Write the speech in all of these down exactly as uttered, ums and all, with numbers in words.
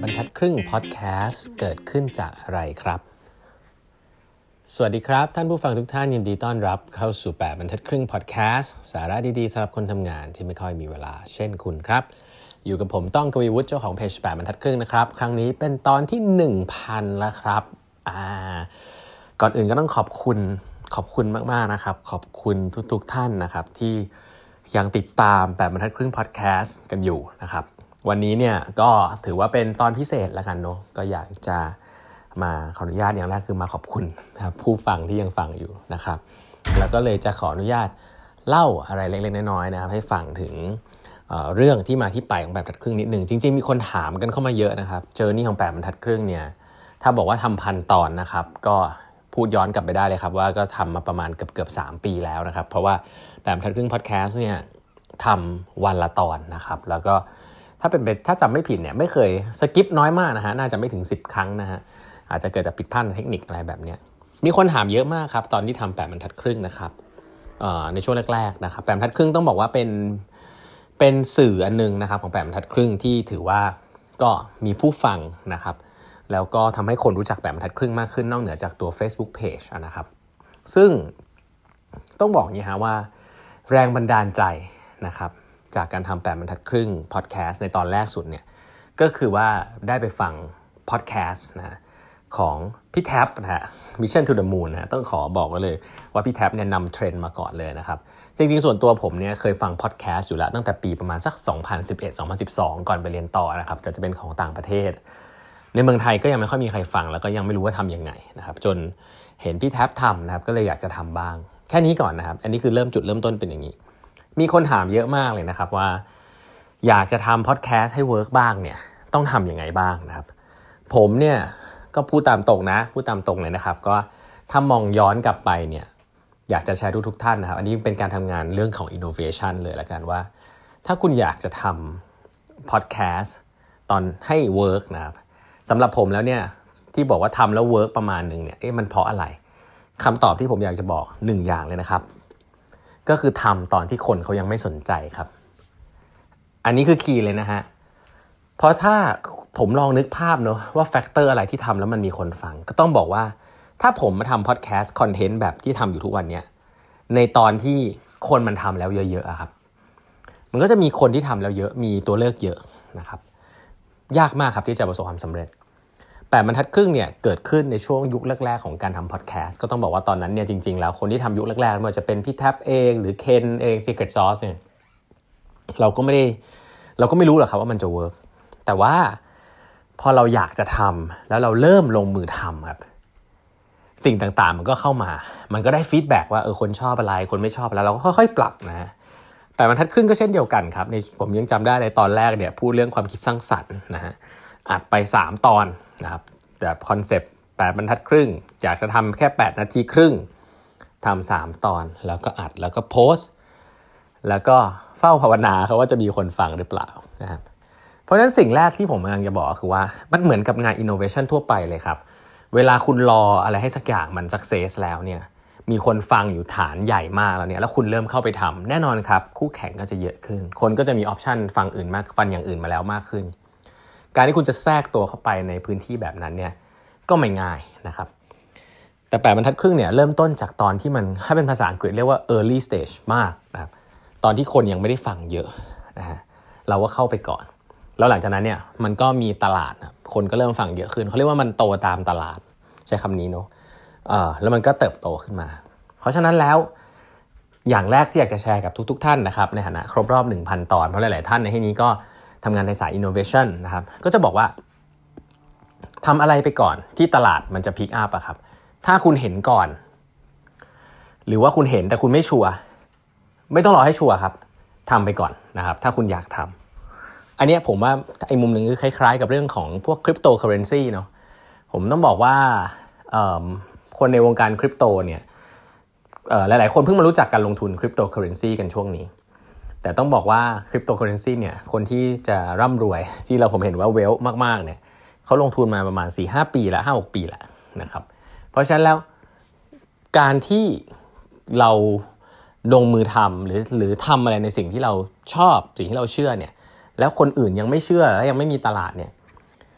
รรทัดครึ่งพอดแคสต์เกิดขึ้นจากอะไรครับสวัสดีครับท่านผู้ฟังทุกท่านยินดีต้อนรับเข้าสู่แปดบรรทัดครึ่งพอดแคสต์สาระดีๆสำหรับคนทำงานที่ไม่ค่อยมีเวลาเช่นคุณครับอยู่กับผมต้องกวีวุฒิเจ้าของเพจแปดบรรทัดครึ่งนะครับครั้งนี้เป็นตอนที่ หนึ่งพัน แล้วครับอ่าก่อนอื่นก็ต้องขอบคุณขอบคุณมากๆนะครับขอบคุณทุกๆท่านนะครับที่ยังติดตามแปดบรรทัดครึ่งพอดแคสต์กันอยู่นะครับวันนี้เนี่ยก็ถือว่าเป็นตอนพิเศษแล้วกันเนาะก็อยากจะมาขออนุญาตอย่างแรกคือมาขอบคุณนะครับผู้ฟังที่ยังฟังอยู่นะครับแล้วก็เลยจะขออนุญาตเล่าอะไรเล็กๆน้อยๆนะครับให้ฟังถึง เอ่อ เรื่องที่มาที่ไปของแปดบรรทัดครึ่งนิดนึงจริงๆมีคนถามกันเข้ามาเยอะนะครับเจอร์นี่ของแปดบรรทัดครึ่งเนี่ยถ้าบอกว่าทำพันตอนนะครับก็พูดย้อนกลับไปได้เลยครับว่าก็ทำมาประมาณเกือบๆสามปีแล้วนะครับเพราะว่าแปดบรรทัดครึ่งพอดแคสต์เนี่ยทำวันละตอนนะครับแล้วก็ถ้าเป็นไปถ้าจำไม่ผิดเนี่ยไม่เคยสกิปน้อยมากนะฮะน่าจะไม่ถึงสิบครั้งนะฮะอาจจะเกิดจากผิดพลาดเทคนิคอะไรแบบเนี้ยมีคนถามเยอะมากครับตอนที่ทำแปดบรรทัดครึ่งนะครับในช่วงแรกๆนะครับแปดบรรทัดครึ่งต้องบอกว่าเป็นเป็นสื่ออันนึงนะครับของแปดบรรทัดครึ่งที่ถือว่าก็มีผู้ฟังนะครับแล้วก็ทำให้คนรู้จักแปดบรรทัดครึ่งมากขึ้นนอกเหนือจากตัว Facebook Page นะครับซึ่งต้องบอกอย่างนี้ฮะว่าแรงบันดาลใจนะครับจากการทำแปดบรรทัดครึ่งพอดแคสต์ในตอนแรกสุดเนี่ยก็คือว่าได้ไปฟังพอดแคสต์นะของพี่แท็บนะฮะ Mission to the Moon นะต้องขอบอกไว้เลยว่าพี่แท็บเนี่ยนำเทรนด์มาก่อนเลยนะครับจริงๆส่วนตัวผมเนี่ยเคยฟังพอดแคสต์อยู่แล้วตั้งแต่ปีประมาณสักสองพันสิบเอ็ด สองพันสิบสองก่อนไปเรียนต่อนะครับจะจะเป็นของต่างประเทศในเมืองไทยก็ยังไม่ค่อยมีใครฟังแล้วก็ยังไม่รู้ว่าทำยังไงนะครับจนเห็นพี่แท็บทำนะครับก็เลยอยากจะทำบ้างแค่นี้ก่อนนะครับอันนี้คือเริ่มจุดเริ่มต้นเป็นอย่างนี้มีคนถามเยอะมากเลยนะครับว่าอยากจะทำพอดแคสต์ให้เวิร์กบ้างเนี่ยต้องทำยังไงบ้างนะครับผมเนี่ยก็พูดตามตรงนะพูดตามตรงเลยนะครับก็ถ้ามองย้อนกลับไปเนี่ยอยากจะแชร์ทุกๆท่านนะครับอันนี้เป็นการทำงานเรื่องของ innovation เลยละกันว่าถ้าคุณอยากจะทำพอดแคสต์ตอนให้เวิร์กนะครับสำหรับผมแล้วเนี่ยที่บอกว่าทำแล้วเวิร์กประมาณนึงเนี่ยเอ๊ะมันเพราะอะไรคำตอบที่ผมอยากจะบอกหนึ่งอย่างเลยนะครับก็คือทำตอนที่คนเขายังไม่สนใจครับอันนี้คือคีย์เลยนะฮะเพราะถ้าผมลองนึกภาพเนอะว่าแฟกเตอร์อะไรที่ทำแล้วมันมีคนฟังก็ต้องบอกว่าถ้าผมมาทำพอดแคสต์คอนเทนต์แบบที่ทำอยู่ทุกวันเนี้ยในตอนที่คนมันทำแล้วเยอะๆครับมันก็จะมีคนที่ทำแล้วเยอะมีตัวเลือกเยอะนะครับยากมากครับที่จะประสบความสำเร็จแปดบรรทัดครึ่งเนี่ยเกิดขึ้นในช่วงยุคแรกๆของการทำพอดแคสต์ก็ต้องบอกว่าตอนนั้นเนี่ยจริงๆแล้วคนที่ทำยุคแรกๆไม่ว่าจะเป็นพี่แท็บเองหรือเคนเอง Secret Sauce เนี่ยเราก็ไม่ได้เราก็ไม่รู้หรอกครับว่ามันจะเวิร์กแต่ว่าพอเราอยากจะทำแล้วเราเริ่มลงมือทำครับสิ่งต่างๆมันก็เข้ามามันก็ได้ฟีดแบ็กว่าเออคนชอบอะไรคนไม่ชอบแล้วเราก็ค่อยๆปรับนะแต่บรรทัดครึ่งก็เช่นเดียวกันครับในผมยังจำได้ในตอนแรกเนี่ยพูดเรื่องความคิดสร้างสรรค์นะฮะอัดไปสามตอนนะครับแต่คอนเซปต์แปดบรรทัดครึ่งอยากจะทำแค่แปดนาทีครึ่งทำสามตอนแล้วก็อัดแล้วก็โพสต์แล้วก็เฝ้าภาวนาเขาว่าจะมีคนฟังหรือเปล่านะครับเพราะฉะนั้นสิ่งแรกที่ผมกำลังจะบอกคือว่ามันเหมือนกับงาน innovation ทั่วไปเลยครับเวลาคุณรออะไรให้สักอย่างมัน success แล้วเนี่ยมีคนฟังอยู่ฐานใหญ่มากแล้วเนี่ยแล้วคุณเริ่มเข้าไปทำแน่นอนครับคู่แข่งก็จะเยอะขึ้นคนก็จะมีออปชันฟังอื่นมากฟังอย่างอื่นมาแล้วมากขึ้นการที่คุณจะแทรกตัวเข้าไปในพื้นที่แบบนั้นเนี่ยก็ไม่ง่ายนะครับแต่แปดบรรทัดครึ่งเนี่ยเริ่มต้นจากตอนที่มันถ้าเป็นภาษาอังกฤษเรียกว่า early stage มากนะครับตอนที่คนยังไม่ได้ฟังเยอะนะฮะเราก็เข้าไปก่อนแล้วหลังจากนั้นเนี่ยมันก็มีตลาดคนก็เริ่มฟังเยอะขึ้นเขาเรียกว่ามันโตตามตลาดใช้คำนี้เนาะเออแล้วมันก็เติบโตขึ้นมาเพราะฉะนั้นแล้วอย่างแรกที่อยากจะแชร์กับทุกๆท่านนะครับในฐานะครบรอบ หนึ่งพัน ตอนเพราะหลายๆท่านในที่นี้ก็ทำงานในสาย innovation นะครับก็จะบอกว่าทำอะไรไปก่อนที่ตลาดมันจะพิกอัพอะครับถ้าคุณเห็นก่อนหรือว่าคุณเห็นแต่คุณไม่ชัวร์ไม่ต้องรอให้ชัวร์ครับทำไปก่อนนะครับถ้าคุณอยากทำอันนี้ผมว่าไอ้มุมหนึ่งคือคล้ายๆกับเรื่องของพวกคริปโตเคอเรนซีเนาะผมต้องบอกว่าคนในวงการคริปโตเนี่ยหลายๆคนเพิ่งมารู้จักการลงทุนคริปโตเคอเรนซีกันช่วงนี้แต่ต้องบอกว่าคริปโตเคอเรนซีเนี่ยคนที่จะร่ำรวยที่เราผมเห็นว่าเวลมากๆเนี่ยเขาลงทุนมาประมาณ สี่ห้า ปีละ ห้าหก ปีละนะครับเพราะฉะนั้นแล้วการที่เราลงมือทำหรือหรือทำอะไรในสิ่งที่เราชอบสิ่งที่เราเชื่อเนี่ยแล้วคนอื่นยังไม่เชื่อและยังไม่มีตลาดเนี่ย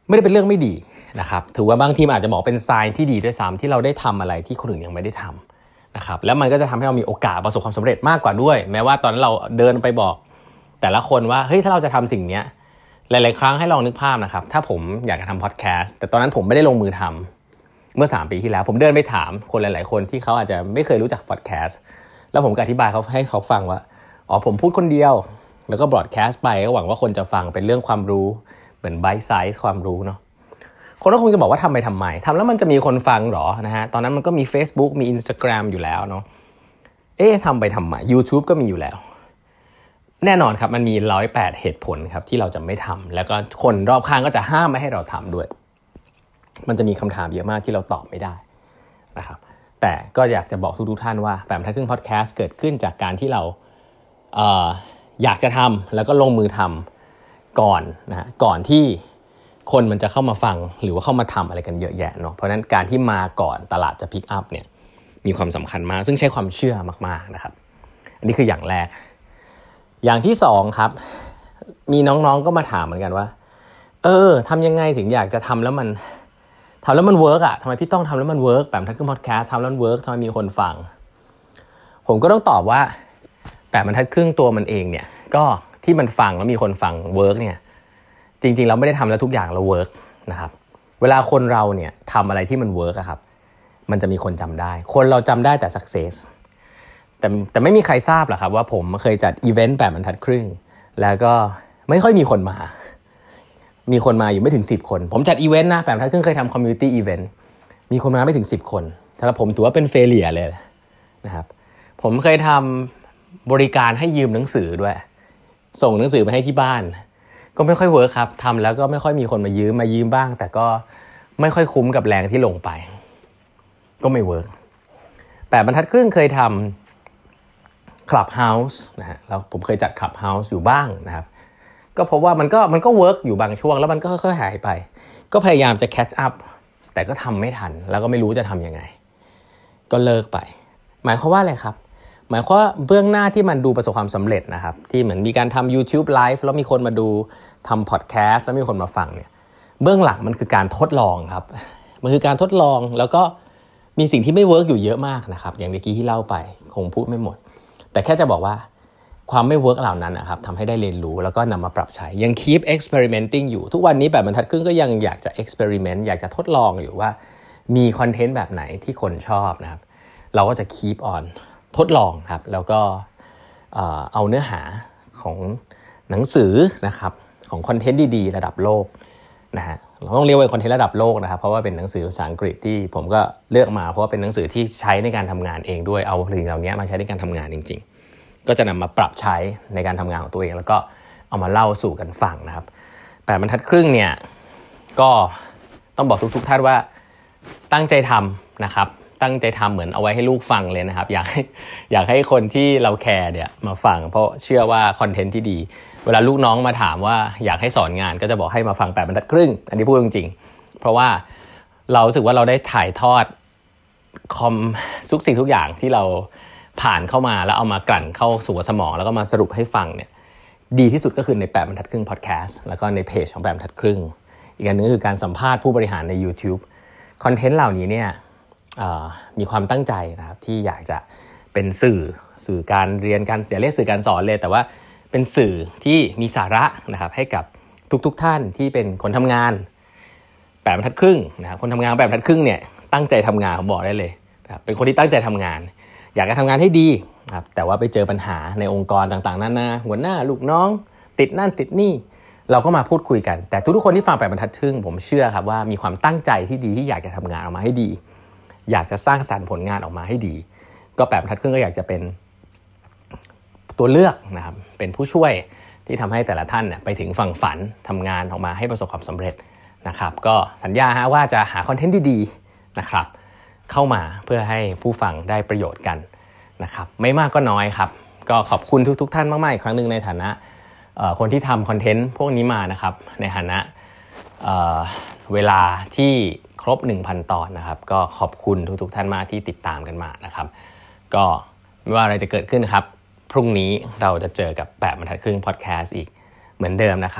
ไม่ได้เป็นเรื่องไม่ดีนะครับถือว่าบางทีอาจจะบอกเป็นไซน์ที่ดีด้วยซ้ำที่เราได้ทำอะไรที่คนอื่นยังไม่ได้ทำนะครับแล้วมันก็จะทำให้เรามีโอกาสประสบความสำเร็จมากกว่าด้วยแม้ว่าตอนนั้นเราเดินไปบอกแต่ละคนว่าเฮ้ยถ้าเราจะทำสิ่งนี้หลายๆครั้งให้ลองนึกภาพนะครับถ้าผมอยากจะทำพอดแคสต์แต่ตอนนั้นผมไม่ได้ลงมือทำเมื่อสามปีที่แล้วผมเดินไปถามคนหลายๆคนที่เขาอาจจะไม่เคยรู้จักพอดแคสต์แล้วผมก็อธิบายเขาให้เขาฟังว่าอ๋อผมพูดคนเดียวแล้วก็บล็อดแคสต์ไปก็หวังว่าคนจะฟังเป็นเรื่องความรู้เหมือนไบต์ไซส์ความรู้เนาะคนก็คงจะบอกว่าทำไปทำไมทำแล้วมันจะมีคนฟังหรอนะฮะตอนนั้นมันก็มี Facebook มี Instagram อยู่แล้วเนาะเอ๊ะทำไปทำไม YouTube ก็มีอยู่แล้วแน่นอนครับมันมีหนึ่งร้อยแปดเหตุผลครับที่เราจะไม่ทำแล้วก็คนรอบข้างก็จะห้ามไม่ให้เราทำด้วยมันจะมีคำถามเยอะมากที่เราตอบไม่ได้นะครับแต่ก็อยากจะบอกทุกๆท่านว่าแบบทัดครึ่งพอดแคสต์เกิดขึ้นจากการที่เราเอ่ออยากจะทำแล้วก็ลงมือทำก่อนนะฮะก่อนที่คนมันจะเข้ามาฟังหรือว่าเข้ามาทำอะไรกันเยอะแยะเนาะเพราะฉะนั้นการที่มาก่อนตลาดจะพิกอัพเนี่ยมีความสำคัญมากซึ่งใช้ความเชื่อมากๆนะครับอันนี้คืออย่างแรกอย่างที่สองครับมีน้องๆก็มาถามเหมือนกันว่าเออทำยังไงถึงอยากจะทำแล้วมันทำแล้วมันเวิร์กอ่ะทำไมพี่ต้องทำแล้วมันเวิร์กแบบทัดครึ่งพอดแคสต์ทำแล้วมันเวิร์กทำไมมีคนฟังผมก็ต้องตอบว่าแบบบรรทัดครึ่งตัวมันเองเนี่ยก็ที่มันฟังแล้วมีคนฟังเวิร์กเนี่ยจริงๆเราไม่ได้ทำแล้วทุกอย่างเราเวิร์กนะครับเวลาคนเราเนี่ยทำอะไรที่มันเวิร์กอะครับมันจะมีคนจำได้คนเราจำได้แต่ success แต่แต่ไม่มีใครทราบหรอกครับว่าผมเคยจัดอีเวนต์แบบบรรทัดครึ่งแล้วก็ไม่ค่อยมีคนมามีคนมาอยู่ไม่ถึงสิบคนผมจัดอีเวนต์นะแบบบรรทัดครึ่งเคยทำ community event มีคนมาไม่ถึงสิบคนสำหรับผมถือว่าเป็นเฟเลียร์เลยนะครับผมเคยทำบริการให้ยืมหนังสือด้วยส่งหนังสือไปให้ที่บ้านก็ไม่ค่อยเวิร์คครับทำแล้วก็ไม่ค่อยมีคนมายืมมายืมบ้างแต่ก็ไม่ค่อยคุ้มกับแรงที่ลงไปก็ไม่เวิร์คแต่บรรทัดครึ่งเคยทำ Clubhouse นะฮะแล้วผมเคยจัด Clubhouse อยู่บ้างนะครับก็พบว่ามันก็มันก็เวิร์คอยู่บางช่วงแล้วมันก็ค่อยๆหายไปก็พยายามจะ catch up แต่ก็ทำไม่ทันแล้วก็ไม่รู้จะทำยังไงก็เลิกไปหมายความว่าอะไรครับหมายความว่าเบื้องหน้าที่มันดูประสบความสำเร็จนะครับที่เหมือนมีการทำ YouTube Live แล้วมีคนมาดูทำ Podcast แล้วมีคนมาฟังเนี่ยเบื้องหลังมันคือการทดลองครับมันคือการทดลองแล้วก็มีสิ่งที่ไม่เวิร์กอยู่เยอะมากนะครับอย่างเมื่อกี้ที่เล่าไปคงพูดไม่หมดแต่แค่จะบอกว่าความไม่เวิร์กเหล่านั้นนะครับทำให้ได้เรียนรู้แล้วก็นำมาปรับใช้ยัง keep experimenting อยู่ทุกวันนี้แบบบรรทัดครึ่งก็ยังอยากจะ experiment อยากจะทดลองอยู่ว่ามีคอนเทนต์แบบไหนที่คนชอบนะครับเราก็จะ keep onทดลองครับแล้วก็เอาเนื้อหาของหนังสือนะครับของคอนเทนต์ดีๆระดับโลกนะฮะเราต้องเรียกว่าคอนเทนต์ระดับโลกนะครับเพราะว่าเป็นหนังสือภาษาอังกฤษที่ผมก็เลือกมาเพราะว่าเป็นหนังสือที่ใช้ในการทำงานเองด้วยเอาสิ่งเหล่านี้มาใช้ในการทำงานจริงๆก็จะนำมาปรับใช้ในการทำงานของตัวเองแล้วก็เอามาเล่าสู่กันฟังนะครับแปดบรรทัดครึ่งเนี่ยก็ต้องบอกทุกๆท่านว่าตั้งใจทำนะครับตั้งใจทำเหมือนเอาไว้ให้ลูกฟังเลยนะครับอยากให้อยากให้คนที่เราแคร์เนี่ยมาฟังเพราะเชื่อว่าคอนเทนต์ที่ดีเวลาลูกน้องมาถามว่าอยากให้สอนงานก็จะบอกให้มาฟังแปดบรรทัดครึ่งอันนี้พูดจริงๆเพราะว่าเรารู้สึกว่าเราได้ถ่ายทอดคอมทุกสิ่งทุกอย่างที่เราผ่านเข้ามาแล้วเอามากลั่นเข้าสู่สมองแล้วก็มาสรุปให้ฟังเนี่ยดีที่สุดก็คือในแปดบรรทัดครึ่งพอดแคสต์แล้วก็ในเพจของแปดบรรทัดครึ่งอีกอันนึงคือการสัมภาษณ์ผู้บริหารใน YouTube คอนเทนต์เหล่านี้เนี่ยมีความตั้งใจนะครับที่อยากจะเป็นสื่อสื่อการเรียนการเสียเรียกสื่อการสอนเลยแต่ว่าเป็นสื่อที่มีสาระนะครับให้กับทุกๆท่านที่เป็นคนทำงานแปดบรรทัดครึ่งนะครับคนทำงานแปดบรรทัดครึ่งเนี่ยตั้งใจทำงานผมบอกได้เลยนะครับเป็นคนที่ตั้งใจทำงานอยากจะทำงานให้ดีครับแต่ว่าไปเจอปัญหาในองค์กรต่างๆนานาหัวหน้าลูกน้องติดนั่นติดนี่เราก็มาพูดคุยกันแต่ทุกๆคนที่ฟังแปดบรรทัดครึ่งผมเชื่อครับว่ามีความตั้งใจที่ดีที่อยากจะทำงานออกมาให้ดีอยากจะสร้างสรรค์ผลงานออกมาให้ดีก็แปดบรรทัดครึ่งก็อยากจะเป็นตัวเลือกนะครับเป็นผู้ช่วยที่ทำให้แต่ละท่านเนี่ยไปถึงฝั่งฝันทำงานออกมาให้ประสบความสำเร็จนะครับก็สัญญาฮะว่าจะหาคอนเทนต์ดีๆนะครับเข้ามาเพื่อให้ผู้ฟังได้ประโยชน์กันนะครับไม่มากก็น้อยครับก็ขอบคุณทุกๆท่านมากๆอีกครั้งนึงในฐานะคนที่ทำคอนเทนต์พวกนี้มานะครับในฐานะเ, เวลาที่ครบ หนึ่งพัน ตอนนะครับก็ขอบคุณทุกๆท่านมากที่ติดตามกันมานะครับก็ไม่ว่าอะไรจะเกิดขึ้นครับพรุ่งนี้เราจะเจอกับแปดบรรทัดครึ่งพอดแคสต์อีกเหมือนเดิมนะครับ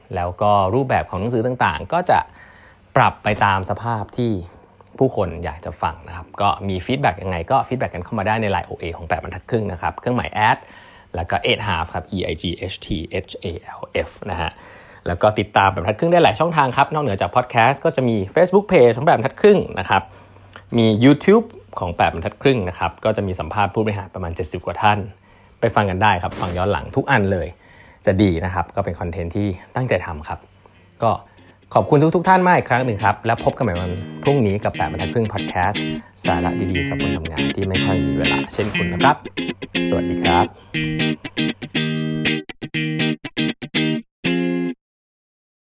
แล้วก็รูปแบบของหนังสือต่างๆก็จะปรับไปตามสภาพที่ผู้คนอยากจะฟังนะครับก็มีฟีดแบ็กยังไงก็ฟีดแบ็กกันเข้ามาได้ใน ไลน์ โอ เอ ของแปดบรรทัดครึ่งนะครับเครื่องหมายแอดแล้วก็ eight half ครับ E I G H T H A L F นะฮะแล้วก็ติดตามแปดบรรทัดครึ่งได้หลายช่องทางครับนอกเหนือจากพอดแคสต์ก็จะมี Facebook Page ของแปดบรรทัดครึ่งนะครับมี YouTube ของแปดบรรทัดครึ่งนะครับก็จะมีสัมภาษณ์ผู้บริหารประมาณเจ็ดสิบกว่าท่านไปฟังกันได้ครับฟังย้อนหลังทุกอันเลยจะดีนะครับก็เป็นคอนเทนต์ที่ตั้งใจทำครับก็ขอบคุณทุกๆท่านมากอีกครั้งหนึ่งครับแล้วพบกันใหม่วันพรุ่งนี้กับแปดบรรทัดครึ่งพอดแคสต์สาระดีๆสำหรับคนทำงานที่ไม่ค่อยมีเวลาเช่นคุณนะครับสวัสดีครับ